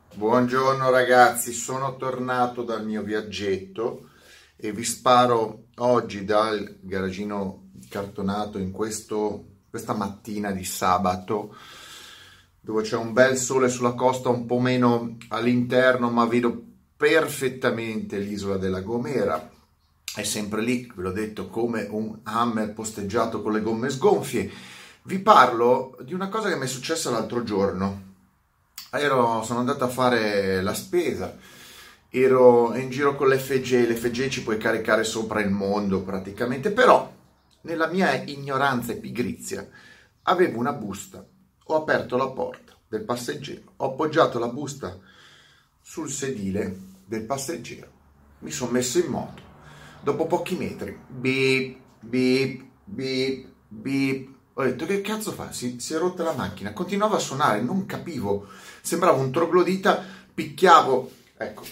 Buongiorno ragazzi, sono tornato dal mio viaggetto e vi sparo oggi dal garagino cartonato in questa mattina di sabato dove c'è un bel sole sulla costa, un po' meno all'interno, ma vedo perfettamente l'isola della Gomera. È sempre lì, ve l'ho detto, come un Hummer posteggiato con le gomme sgonfie. Vi parlo di una cosa che mi è successa l'altro giorno. Sono andato a fare la spesa, ero in giro con l'FG ci puoi caricare sopra il mondo praticamente, però nella mia ignoranza e pigrizia avevo una busta, ho aperto la porta del passeggero, ho appoggiato la busta sul sedile del passeggero, mi sono messo in moto, dopo pochi metri, beep, beep, beep, beep, ho detto che cazzo fa? Si è rotta la macchina, continuava a suonare, non capivo, sembrava un troglodita, ecco,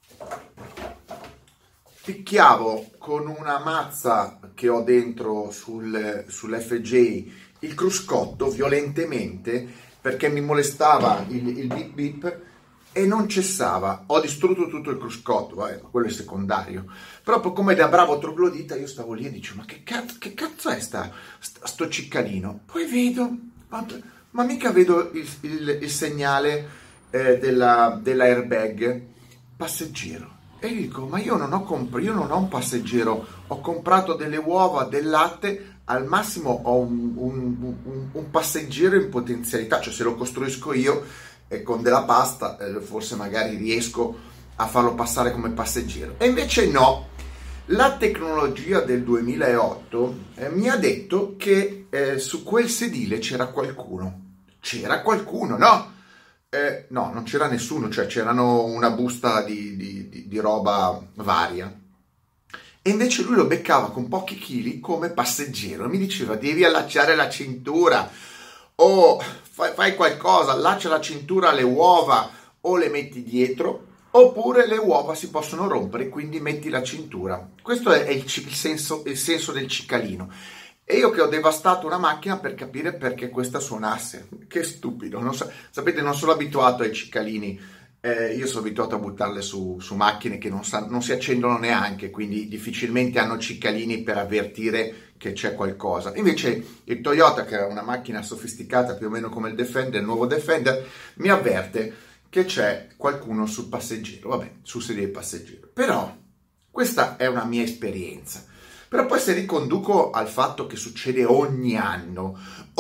picchiavo con una mazza che ho dentro sull'FJ il cruscotto violentemente perché mi molestava il beep beep e non cessava. Ho distrutto tutto il cruscotto, vabbè, ma quello è secondario. Proprio come da bravo troglodita io stavo lì e dicevo, ma che cazzo è sto ciccadino? Poi vedo, ma mica vedo il segnale della airbag passeggero. E gli dico, ma io non ho un passeggero, ho comprato delle uova, del latte, al massimo ho un passeggero in potenzialità, cioè se lo costruisco io con della pasta, forse magari riesco a farlo passare come passeggero. E invece no, la tecnologia del 2008 mi ha detto che su quel sedile c'era qualcuno. C'era qualcuno, no? No, non c'era nessuno, cioè c'erano una busta di roba varia. E invece lui lo beccava con pochi chili come passeggero e mi diceva devi allacciare la cintura o fai qualcosa, allaccia la cintura alle uova o le metti dietro oppure le uova si possono rompere, quindi metti la cintura. Questo è il senso del cicalino. E io che ho devastato una macchina per capire perché questa suonasse. Che stupido. Sapete, non sono abituato ai cicalini. Io sono abituato a buttarle su macchine che non si accendono neanche, quindi difficilmente hanno cicalini per avvertire che c'è qualcosa. Invece il Toyota, che è una macchina sofisticata più o meno come il Defender, il nuovo Defender, mi avverte che c'è qualcuno sul passeggero, vabbè, sul sedile passeggero. Però questa è una mia esperienza. Però poi se riconduco al fatto che succede ogni anno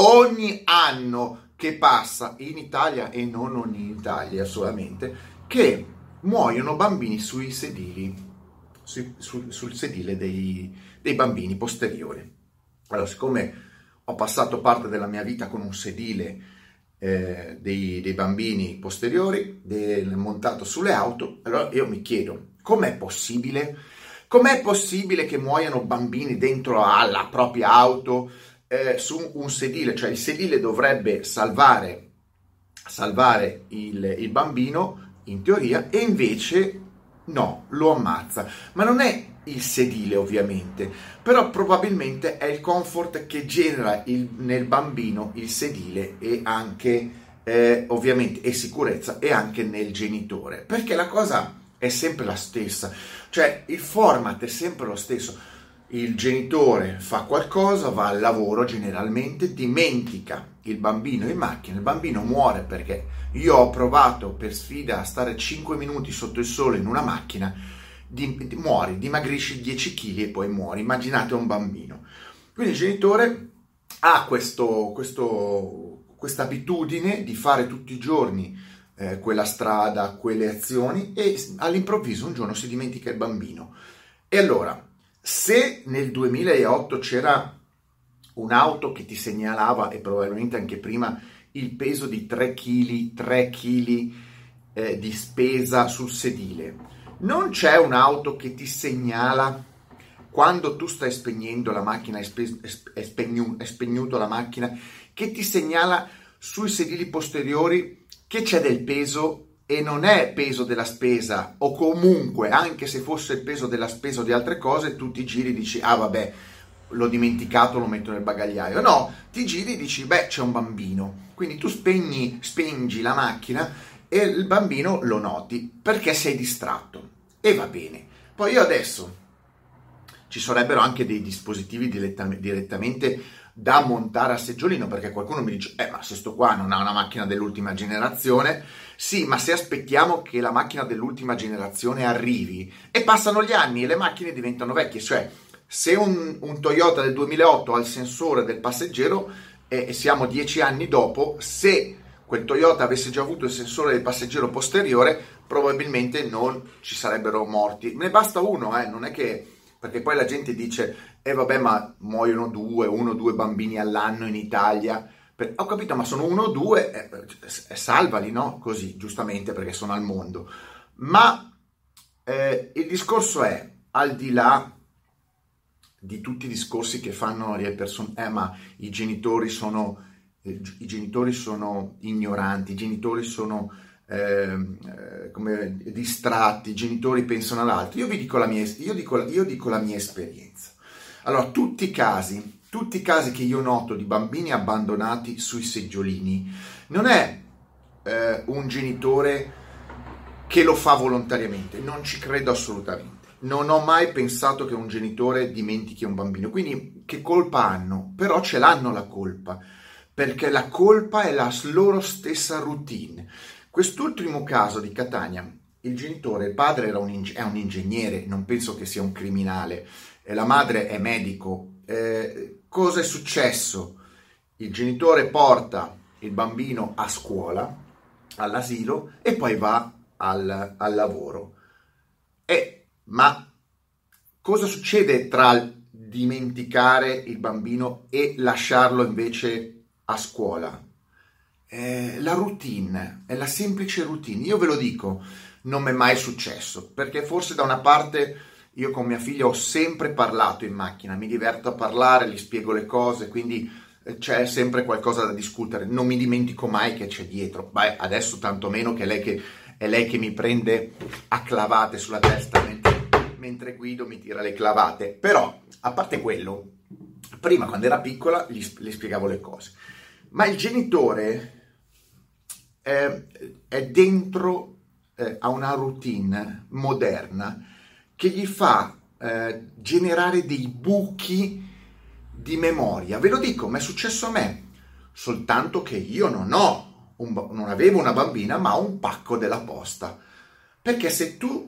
che passa in Italia e non in Italia solamente, che muoiono bambini sui sedili, sul sedile dei bambini posteriori. Allora, siccome ho passato parte della mia vita con un sedile dei bambini posteriori montato sulle auto, allora io mi chiedo, com'è possibile? Com'è possibile che muoiano bambini dentro alla propria auto su un sedile? Cioè il sedile dovrebbe salvare il bambino, in teoria, e invece no, lo ammazza. Ma non è il sedile ovviamente, però probabilmente è il comfort che genera nel bambino il sedile e anche ovviamente e sicurezza e anche nel genitore, perché la cosa è sempre la stessa, cioè il format è sempre lo stesso. Il genitore fa qualcosa, va al lavoro generalmente, dimentica il bambino in macchina, il bambino muore perché io ho provato per sfida a stare 5 minuti sotto il sole in una macchina, muori, dimagrisci 10 kg e poi muori, immaginate un bambino. Quindi il genitore ha questa abitudine di fare tutti i giorni quella strada, quelle azioni e all'improvviso un giorno si dimentica il bambino. E allora, se nel 2008 c'era un'auto che ti segnalava, e probabilmente anche prima, il peso di 3 kg di spesa sul sedile, non c'è un'auto che ti segnala quando tu stai spegnendo la macchina, hai spegnuto la macchina, che ti segnala sui sedili posteriori che c'è del peso e non è peso della spesa, o comunque anche se fosse il peso della spesa o di altre cose, tu ti giri e dici ah vabbè, l'ho dimenticato, lo metto nel bagagliaio. No, ti giri e dici beh, c'è un bambino. Quindi tu spengi la macchina e il bambino lo noti perché sei distratto e va bene. Poi io adesso ci sarebbero anche dei dispositivi direttamente da montare a seggiolino, perché qualcuno mi dice ma se sto qua non ha una macchina dell'ultima generazione. Sì, ma se aspettiamo che la macchina dell'ultima generazione arrivi e passano gli anni e le macchine diventano vecchie, cioè se un Toyota del 2008 ha il sensore del passeggero e siamo 10 anni dopo, se quel Toyota avesse già avuto il sensore del passeggero posteriore, probabilmente non ci sarebbero morti. Ne basta uno, non è che... Perché poi la gente dice, vabbè, ma muoiono uno o due bambini all'anno in Italia. Ho capito, ma sono uno o due, salvali, no? Così, giustamente, perché sono al mondo. Ma il discorso è, al di là di tutti i discorsi che fanno le persone, ma i genitori sono ignoranti, i genitori sono... come distratti, i genitori pensano all'altro. Io vi dico la mia esperienza. Allora, tutti i casi che io noto di bambini abbandonati sui seggiolini non è un genitore che lo fa volontariamente, non ci credo assolutamente. Non ho mai pensato che un genitore dimentichi un bambino, quindi che colpa hanno? Però ce l'hanno la colpa, perché la colpa è la loro stessa routine. Quest'ultimo caso di Catania, il padre è un ingegnere, non penso che sia un criminale, la madre è medico. Cosa è successo? Il genitore porta il bambino a scuola, all'asilo, e poi va al lavoro. Ma cosa succede tra dimenticare il bambino e lasciarlo invece a scuola? La routine, è la semplice routine. Io ve lo dico, non mi è mai successo, perché forse da una parte io con mia figlia ho sempre parlato in macchina, mi diverto a parlare, gli spiego le cose, quindi c'è sempre qualcosa da discutere, non mi dimentico mai che c'è dietro. Beh, adesso tanto meno che è lei che mi prende a clavate sulla testa mentre guido, mi tira le clavate. Però, a parte quello, prima quando era piccola le spiegavo le cose. Ma il genitore è dentro a una routine moderna che gli fa generare dei buchi di memoria. Ve lo dico, mi è successo a me, soltanto che io non avevo una bambina, ma un pacco della posta. Perché se tu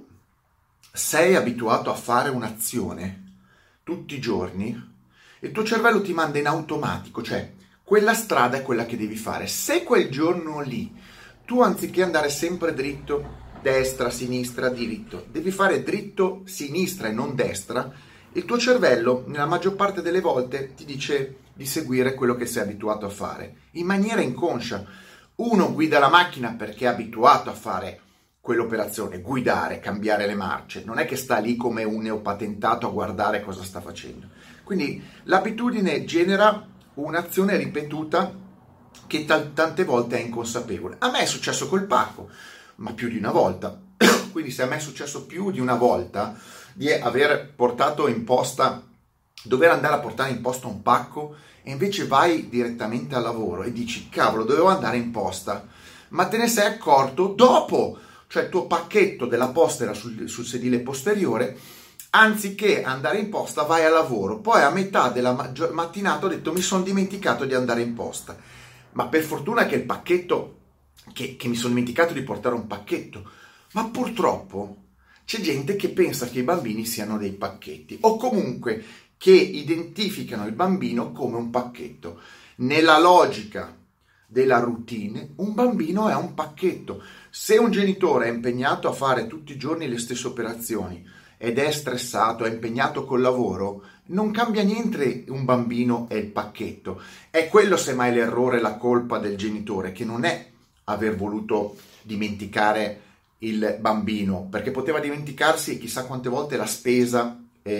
sei abituato a fare un'azione tutti i giorni, il tuo cervello ti manda in automatico, cioè quella strada è quella che devi fare. Se quel giorno lì tu, anziché andare sempre dritto, destra, sinistra, diritto, devi fare dritto, sinistra e non destra, il tuo cervello nella maggior parte delle volte ti dice di seguire quello che sei abituato a fare, in maniera inconscia. Uno guida la macchina perché è abituato a fare quell'operazione, guidare, cambiare le marce, non è che sta lì come un neopatentato a guardare cosa sta facendo. Quindi l'abitudine genera un'azione ripetuta che tante volte è inconsapevole. A me è successo col pacco, ma più di una volta. Quindi se a me è successo più di una volta di aver portato in posta, dover andare a portare in posta un pacco e invece vai direttamente al lavoro e dici cavolo, dovevo andare in posta, ma te ne sei accorto dopo, cioè il tuo pacchetto della posta era sul sedile posteriore, anziché andare in posta vai al lavoro, poi a metà della mattinata ho detto mi sono dimenticato di andare in posta, ma per fortuna che il pacchetto, che mi sono dimenticato di portare un pacchetto, ma purtroppo c'è gente che pensa che i bambini siano dei pacchetti o comunque che identificano il bambino come un pacchetto. Nella logica della routine, un bambino è un pacchetto. Se un genitore è impegnato a fare tutti i giorni le stesse operazioni ed è stressato, è impegnato col lavoro, non cambia niente un bambino e il pacchetto. È quello semmai l'errore, la colpa del genitore, che non è aver voluto dimenticare il bambino, perché poteva dimenticarsi chissà quante volte la spesa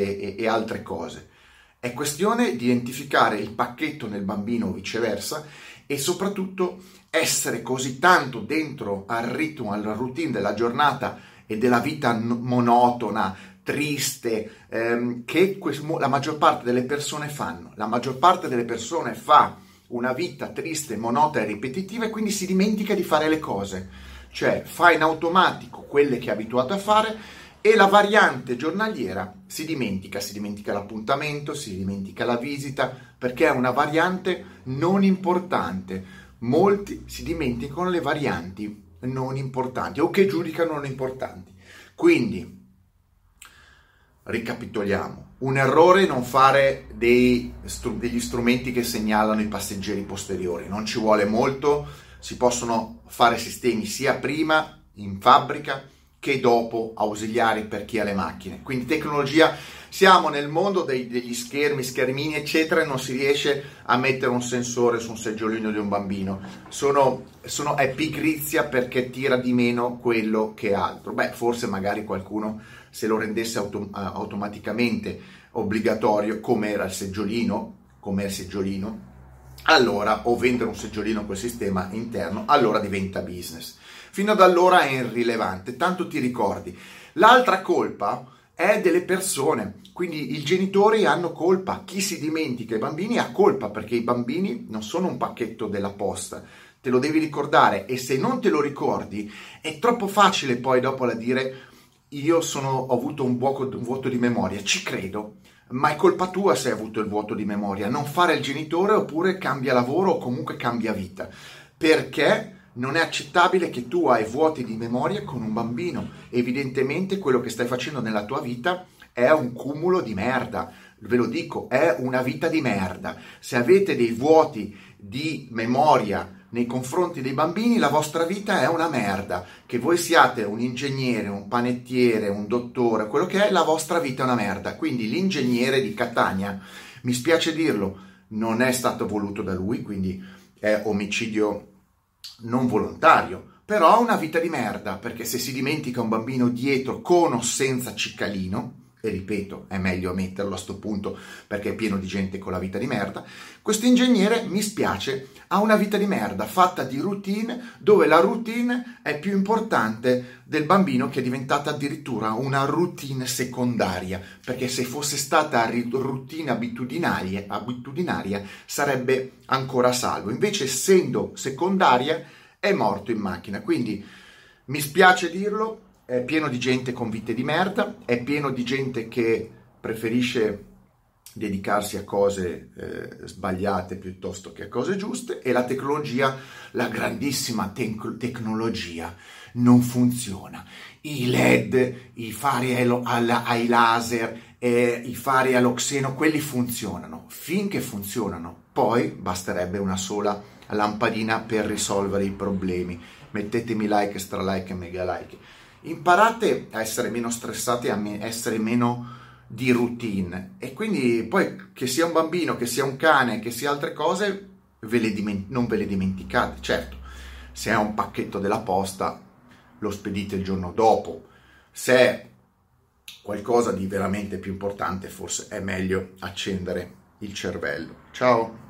e altre cose. È questione di identificare il pacchetto nel bambino o viceversa e soprattutto essere così tanto dentro al ritmo, alla routine della giornata e della vita monotona, triste, che la maggior parte delle persone fanno. La maggior parte delle persone fa una vita triste, monotona e ripetitiva e quindi si dimentica di fare le cose. cioè fa in automatico quelle che è abituato a fare e la variante giornaliera si dimentica l'appuntamento, si dimentica la visita, perché è una variante non importante. Molti si dimenticano le varianti non importanti o che giudicano non importanti. Quindi, ricapitoliamo, un errore non fare degli strumenti che segnalano i passeggeri posteriori, non ci vuole molto, si possono fare sistemi sia prima in fabbrica che dopo ausiliari per chi ha le macchine. Quindi tecnologia, siamo nel mondo degli schermini eccetera, e non si riesce a mettere un sensore su un seggiolino di un bambino, è pigrizia perché tira di meno quello che altro. Forse magari qualcuno se lo rendesse automaticamente obbligatorio come era il seggiolino, allora, o vendere un seggiolino col sistema interno, allora diventa business. Fino ad allora è irrilevante, tanto ti ricordi. L'altra colpa è delle persone, quindi i genitori hanno colpa, chi si dimentica i bambini ha colpa, perché i bambini non sono un pacchetto della posta, te lo devi ricordare, e se non te lo ricordi è troppo facile poi dopo da dire ho avuto un vuoto di memoria, ci credo, ma è colpa tua se hai avuto il vuoto di memoria, non fare il genitore oppure cambia lavoro o comunque cambia vita, perché non è accettabile che tu hai vuoti di memoria con un bambino. Evidentemente quello che stai facendo nella tua vita è un cumulo di merda, ve lo dico, è una vita di merda. Se avete dei vuoti di memoria nei confronti dei bambini, la vostra vita è una merda. Che voi siate un ingegnere, un panettiere, un dottore, quello che è, la vostra vita è una merda. Quindi l'ingegnere di Catania, mi spiace dirlo, non è stato voluto da lui, quindi è omicidio non volontario, però ha una vita di merda, perché se si dimentica un bambino dietro con o senza ciccalino, e ripeto, è meglio metterlo a sto punto perché è pieno di gente con la vita di merda, questo ingegnere, mi spiace, ha una vita di merda fatta di routine, dove la routine è più importante del bambino, che è diventata addirittura una routine secondaria, perché se fosse stata routine abitudinaria sarebbe ancora salvo, invece essendo secondaria è morto in macchina. Quindi mi spiace dirlo, è pieno di gente con vite di merda, è pieno di gente che preferisce dedicarsi a cose sbagliate piuttosto che a cose giuste, e la tecnologia, la grandissima tecnologia non funziona. I LED, i fari ai laser, i fari all'oxeno, quelli funzionano finché funzionano, poi basterebbe una sola lampadina per risolvere i problemi. Mettetemi like, stralike e mega like. Imparate a essere meno stressati, a essere meno di routine, e quindi poi che sia un bambino, che sia un cane, che sia altre cose, non ve le dimenticate. Certo, se è un pacchetto della posta lo spedite il giorno dopo, se è qualcosa di veramente più importante forse è meglio accendere il cervello. Ciao!